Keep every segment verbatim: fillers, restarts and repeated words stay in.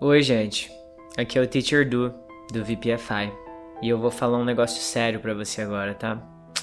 Oi, gente. Aqui é o Teacher Du, do V P F I. E eu vou falar um negócio sério pra você agora, tá?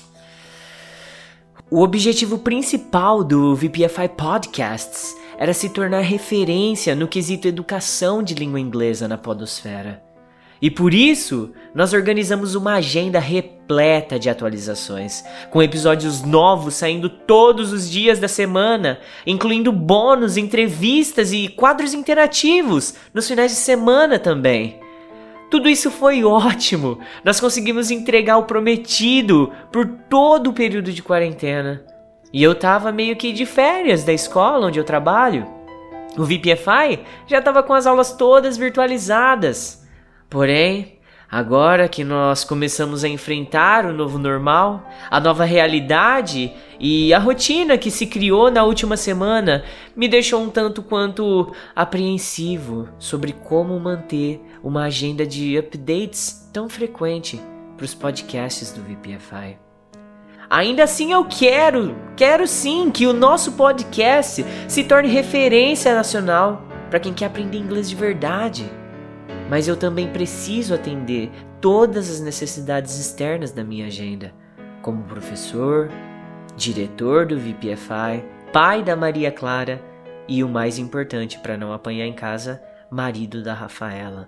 O objetivo principal do V P F I Podcasts era se tornar referência no quesito educação de língua inglesa na podosfera. E por isso, nós organizamos uma agenda repleta de atualizações, com episódios novos saindo todos os dias da semana, incluindo bônus, entrevistas e quadros interativos nos finais de semana também. Tudo isso foi ótimo, nós conseguimos entregar o prometido por todo o período de quarentena. E eu tava meio que de férias da escola onde eu trabalho. O V P F I já tava com as aulas todas virtualizadas. Porém, agora que nós começamos a enfrentar o novo normal, a nova realidade e a rotina que se criou na última semana me deixou um tanto quanto apreensivo sobre como manter uma agenda de updates tão frequente para os podcasts do V P F I. Ainda assim eu quero, quero sim que o nosso podcast se torne referência nacional para quem quer aprender inglês de verdade. Mas eu também preciso atender todas as necessidades externas da minha agenda, como professor, diretor do V P F I, pai da Maria Clara e o mais importante para não apanhar em casa, marido da Rafaela.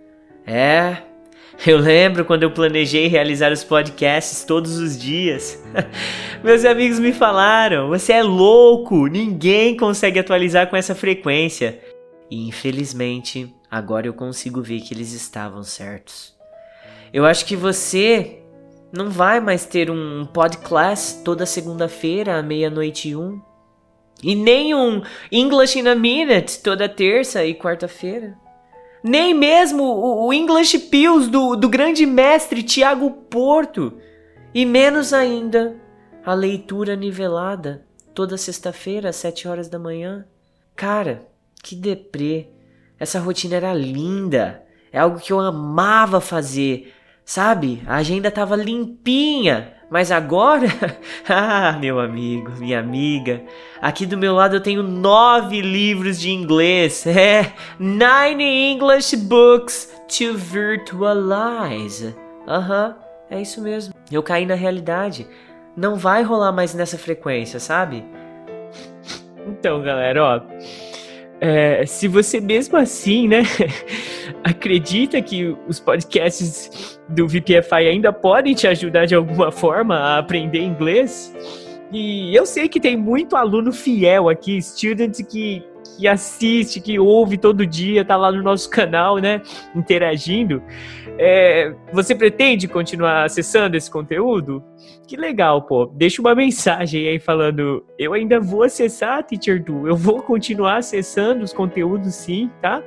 É, eu lembro quando eu planejei realizar os podcasts todos os dias. Meus amigos me falaram, você é louco, ninguém consegue atualizar com essa frequência. E infelizmente, agora eu consigo ver que eles estavam certos. Eu acho que você não vai mais ter um podcast toda segunda-feira à meia-noite e um. E nem um English in a Minute toda terça e quarta-feira. Nem mesmo o English Pills do, do grande mestre Tiago Porto. E menos ainda a leitura nivelada toda sexta-feira às sete horas da manhã. Cara, que deprê. Essa rotina era linda. É algo que eu amava fazer. Sabe? A agenda tava limpinha. Mas agora... ah, meu amigo, minha amiga. Aqui do meu lado eu tenho nove livros de inglês. É, nine English books to virtualize. Aham, uh-huh, é isso mesmo. Eu caí na realidade. Não vai rolar mais nessa frequência, sabe? Então, galera, ó... É, se você mesmo assim, né, acredita que os podcasts do V P F I ainda podem te ajudar de alguma forma a aprender inglês, e eu sei que tem muito aluno fiel aqui, student que, que assiste, que ouve todo dia, tá lá no nosso canal, né, interagindo, é, você pretende continuar acessando esse conteúdo? Que legal, pô. Deixa uma mensagem aí falando, eu ainda vou acessar, Teacher Du, eu vou continuar acessando os conteúdos sim, tá?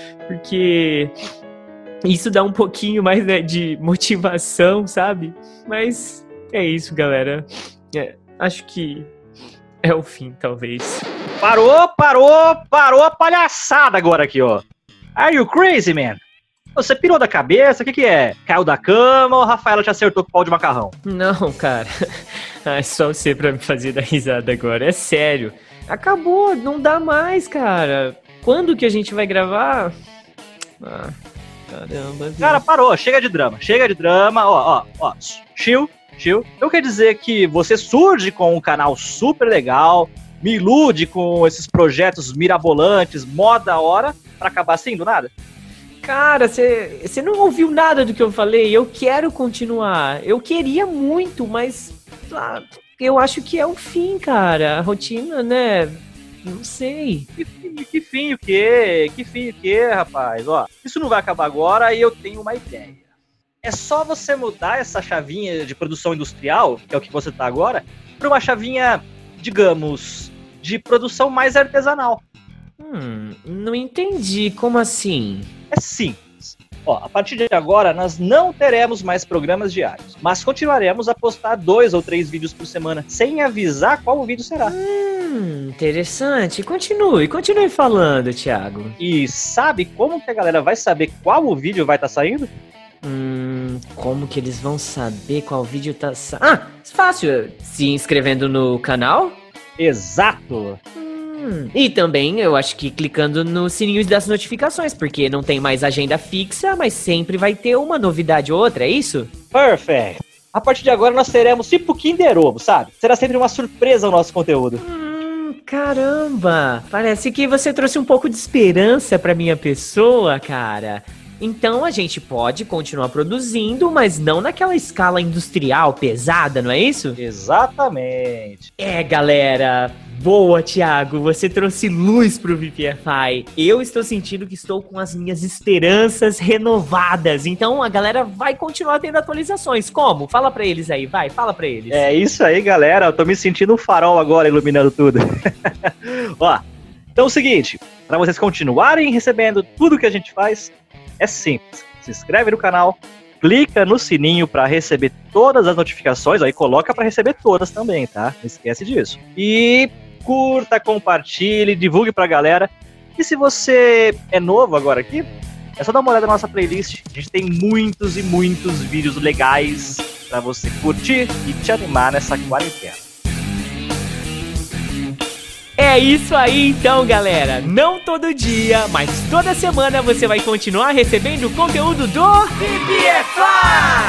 Porque isso dá um pouquinho mais, né, de motivação, sabe? Mas é isso, galera. É, acho que é o fim, talvez. Parou, parou, parou a palhaçada agora aqui, ó. Are you crazy, man? Você pirou da cabeça? O que que é? Caiu da cama ou a Rafaela te acertou com o pau de macarrão? Não, cara. É só você pra me fazer dar risada agora. É sério. Acabou, não dá mais, cara. Quando que a gente vai gravar? Ah, caramba. Viu? Cara, parou. Chega de drama. Chega de drama. Ó, ó, ó. Chill, chill. Eu quero dizer que você surge com um canal super legal, me ilude com esses projetos mirabolantes, mó da hora, pra acabar assim, do nada? Cara, você não ouviu nada do que eu falei? Eu quero continuar. Eu queria muito, mas ah, eu acho que é o fim, cara. A rotina, né? Não sei. Que fim, que fim o quê? Que fim o quê, rapaz? Ó, isso não vai acabar agora e eu tenho uma ideia. É só você mudar essa chavinha de produção industrial, que é o que você tá agora, para uma chavinha, digamos, de produção mais artesanal. Hum, não entendi. Como assim? É simples. Ó, a partir de agora, nós não teremos mais programas diários, mas continuaremos a postar dois ou três vídeos por semana, sem avisar qual o vídeo será. Hum, interessante. Continue, continue falando, Thiago. E sabe como que a galera vai saber qual o vídeo vai estar tá saindo? Hum, como que eles vão saber qual vídeo tá saindo? Ah, fácil. Se inscrevendo no canal? Exato. Hum, Hum, e também eu acho que clicando no sininho das notificações, porque não tem mais agenda fixa, mas sempre vai ter uma novidade ou outra, é isso? Perfect! A partir de agora nós teremos tipo Kinder Ovo, sabe? Será sempre uma surpresa o nosso conteúdo. Hum, caramba! Parece que você trouxe um pouco de esperança pra minha pessoa, cara. Então a gente pode continuar produzindo, mas não naquela escala industrial pesada, não é isso? Exatamente. É, galera. Boa, Thiago. Você trouxe luz pro V P F I. Eu estou sentindo que estou com as minhas esperanças renovadas. Então a galera vai continuar tendo atualizações. Como? Fala pra eles aí, vai. Fala pra eles. É isso aí, galera. Eu tô me sentindo um farol agora, iluminando tudo. Ó, então é o seguinte. Pra vocês continuarem recebendo tudo que a gente faz, é simples. Se inscreve no canal, clica no sininho para receber todas as notificações, aí coloca para receber todas também, tá? Não esquece disso. E curta, compartilhe, divulgue pra galera. E se você é novo agora aqui, é só dar uma olhada na nossa playlist. A gente tem muitos e muitos vídeos legais para você curtir e te animar nessa quarentena. É isso aí então, galera. Não todo dia, mas toda semana você vai continuar recebendo conteúdo do V P F I!